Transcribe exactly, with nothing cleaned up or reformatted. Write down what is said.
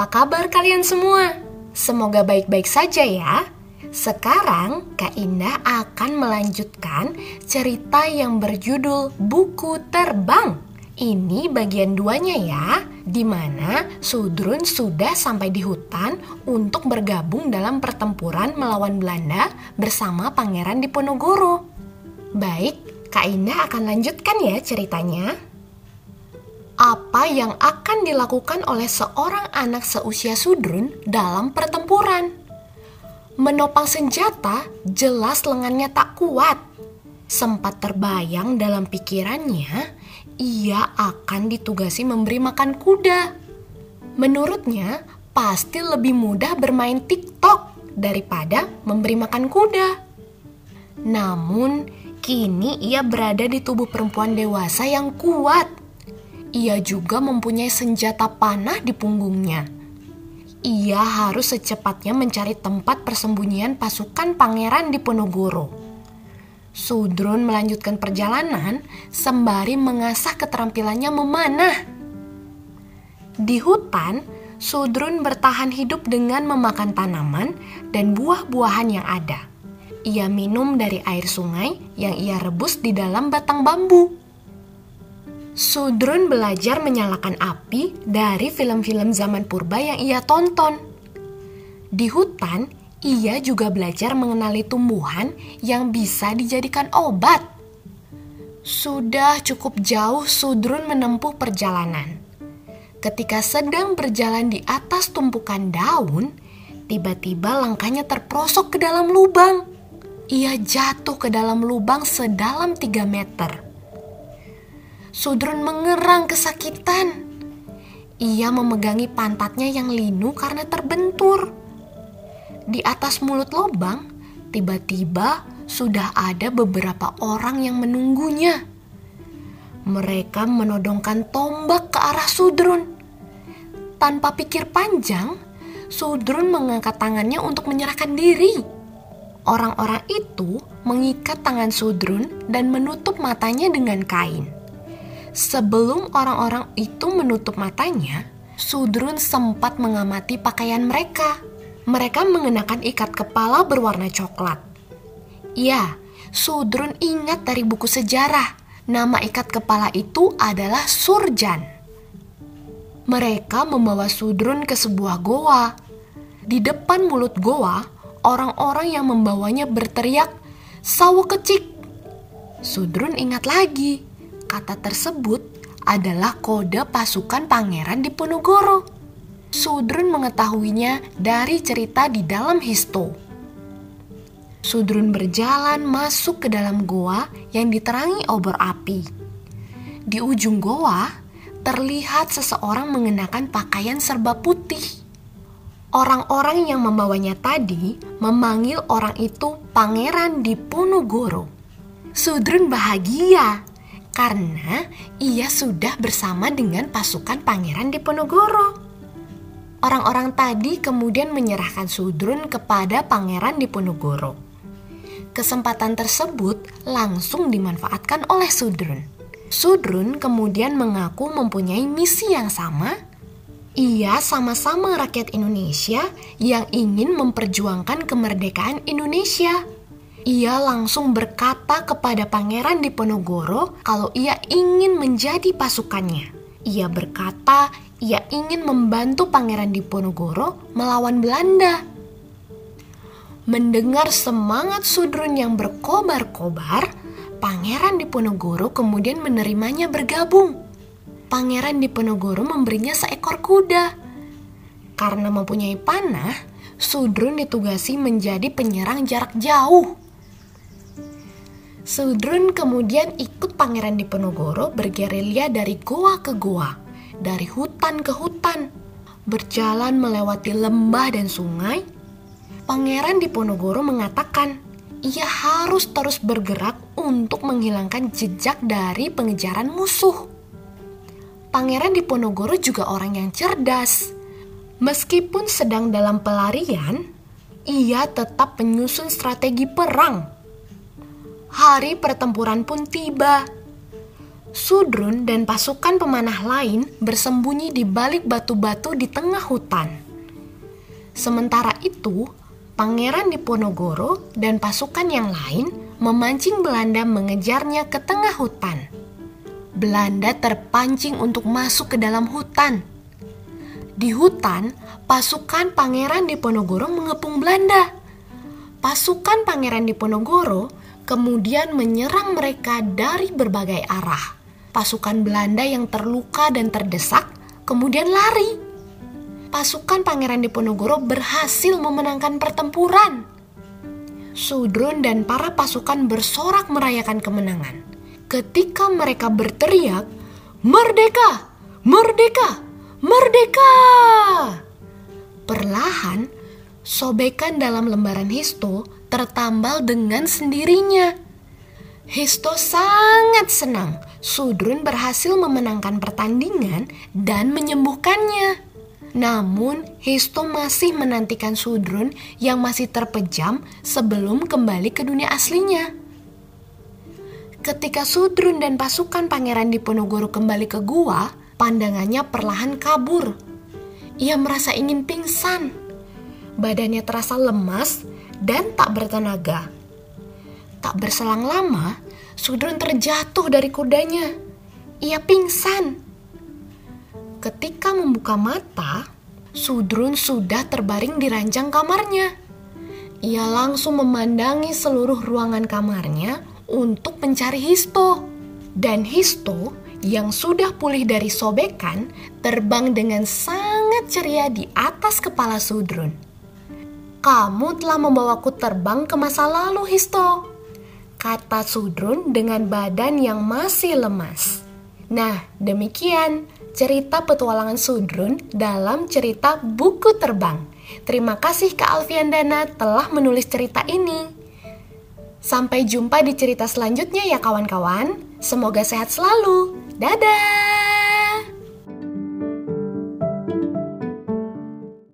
kabar kalian semua? Semoga baik-baik saja ya. Sekarang Kak Indah akan melanjutkan cerita yang berjudul Buku Terbang. Ini bagian duanya ya, di mana Sudrun sudah sampai di hutan untuk bergabung dalam pertempuran melawan Belanda bersama Pangeran Diponegoro. Baik, Kak Indah akan lanjutkan ya ceritanya. Apa yang akan dilakukan oleh seorang anak seusia Sudrun dalam pertempuran? Menopang senjata, jelas lengannya tak kuat. Sempat terbayang dalam pikirannya, ia akan ditugasi memberi makan kuda. Menurutnya, pasti lebih mudah bermain TikTok daripada memberi makan kuda. Namun, kini ia berada di tubuh perempuan dewasa yang kuat. Ia juga mempunyai senjata panah di punggungnya. Ia harus secepatnya mencari tempat persembunyian pasukan Pangeran Diponegoro. Sudrun melanjutkan perjalanan sembari mengasah keterampilannya memanah. Di hutan, Sudrun bertahan hidup dengan memakan tanaman dan buah-buahan yang ada. Ia minum dari air sungai yang ia rebus di dalam batang bambu. Sudrun belajar menyalakan api dari film-film zaman purba yang ia tonton. Di hutan, ia juga belajar mengenali tumbuhan yang bisa dijadikan obat. Sudah cukup jauh Sudrun menempuh perjalanan. Ketika sedang berjalan di atas tumpukan daun, tiba-tiba langkahnya terprosok ke dalam lubang. Ia jatuh ke dalam lubang sedalam tiga meter. Sudrun mengerang kesakitan. Ia memegangi pantatnya yang linu karena terbentur. Di atas mulut lubang, tiba-tiba sudah ada beberapa orang yang menunggunya. Mereka menodongkan tombak ke arah Sudrun. Tanpa pikir panjang, Sudrun mengangkat tangannya untuk menyerahkan diri. Orang-orang itu mengikat tangan Sudrun dan menutup matanya dengan kain. Sebelum orang-orang itu menutup matanya, Sudrun sempat mengamati pakaian mereka. Mereka mengenakan ikat kepala berwarna coklat. Ya, Sudrun ingat dari buku sejarah, nama ikat kepala itu adalah Surjan. Mereka membawa Sudrun ke sebuah goa. Di depan mulut goa, orang-orang yang membawanya berteriak, "Sawo kecik!" Sudrun ingat lagi. Kata tersebut adalah kode pasukan Pangeran Diponegoro. Sudrun mengetahuinya dari cerita di dalam Histo. Sudrun berjalan masuk ke dalam goa yang diterangi obor api. Di ujung goa terlihat seseorang mengenakan pakaian serba putih. Orang-orang yang membawanya tadi memanggil orang itu Pangeran Diponegoro. Sudrun bahagia karena ia sudah bersama dengan pasukan Pangeran Diponegoro. Orang-orang tadi kemudian menyerahkan Sudrun kepada Pangeran Diponegoro. Kesempatan tersebut langsung dimanfaatkan oleh Sudrun. Sudrun kemudian mengaku mempunyai misi yang sama. Ia sama-sama rakyat Indonesia yang ingin memperjuangkan kemerdekaan Indonesia. Ia langsung berkata kepada Pangeran Diponegoro kalau ia ingin menjadi pasukannya. Ia berkata ia ingin membantu Pangeran Diponegoro melawan Belanda. Mendengar semangat Sudrun yang berkobar-kobar, Pangeran Diponegoro kemudian menerimanya bergabung. Pangeran Diponegoro memberinya seekor kuda. Karena mempunyai panah, Sudrun ditugasi menjadi penyerang jarak jauh. Sudrun kemudian ikut Pangeran Diponegoro bergerilya dari goa ke goa, dari hutan ke hutan, berjalan melewati lembah dan sungai. Pangeran Diponegoro mengatakan ia harus terus bergerak untuk menghilangkan jejak dari pengejaran musuh. Pangeran Diponegoro juga orang yang cerdas. Meskipun sedang dalam pelarian, ia tetap menyusun strategi perang. Hari pertempuran pun tiba. Sudrun dan pasukan pemanah lain bersembunyi di balik batu-batu di tengah hutan. Sementara itu, Pangeran Diponegoro dan pasukan yang lain memancing Belanda mengejarnya ke tengah hutan. Belanda terpancing untuk masuk ke dalam hutan. Di hutan, pasukan Pangeran Diponegoro mengepung Belanda. Pasukan Pangeran Diponegoro kemudian menyerang mereka dari berbagai arah. Pasukan Belanda yang terluka dan terdesak kemudian lari. Pasukan Pangeran Diponegoro berhasil memenangkan pertempuran. Sudrun dan para pasukan bersorak merayakan kemenangan. Ketika mereka berteriak, "Merdeka! Merdeka! Merdeka!" Perlahan, sobekan dalam lembaran Histo tertambal dengan sendirinya. Histo sangat senang Sudrun berhasil memenangkan pertandingan dan menyembuhkannya. Namun, Histo masih menantikan Sudrun yang masih terpejam sebelum kembali ke dunia aslinya. Ketika Sudrun dan pasukan Pangeran Diponegoro kembali ke gua, pandangannya perlahan kabur. Ia merasa ingin pingsan. Badannya terasa lemas dan tak bertenaga. Tak berselang lama, Sudrun terjatuh dari kudanya. Ia pingsan. Ketika membuka mata, Sudrun sudah terbaring di ranjang kamarnya. Ia langsung memandangi seluruh ruangan kamarnya untuk mencari Histo. Dan Histo yang sudah pulih dari sobekan terbang dengan sangat ceria di atas kepala Sudrun. "Kamu telah membawaku terbang ke masa lalu, Histo," kata Sudrun dengan badan yang masih lemas. Nah, demikian cerita petualangan Sudrun dalam cerita Buku Terbang. Terima kasih Kak Alfiandana telah menulis cerita ini. Sampai jumpa di cerita selanjutnya ya kawan-kawan. Semoga sehat selalu. Dadah!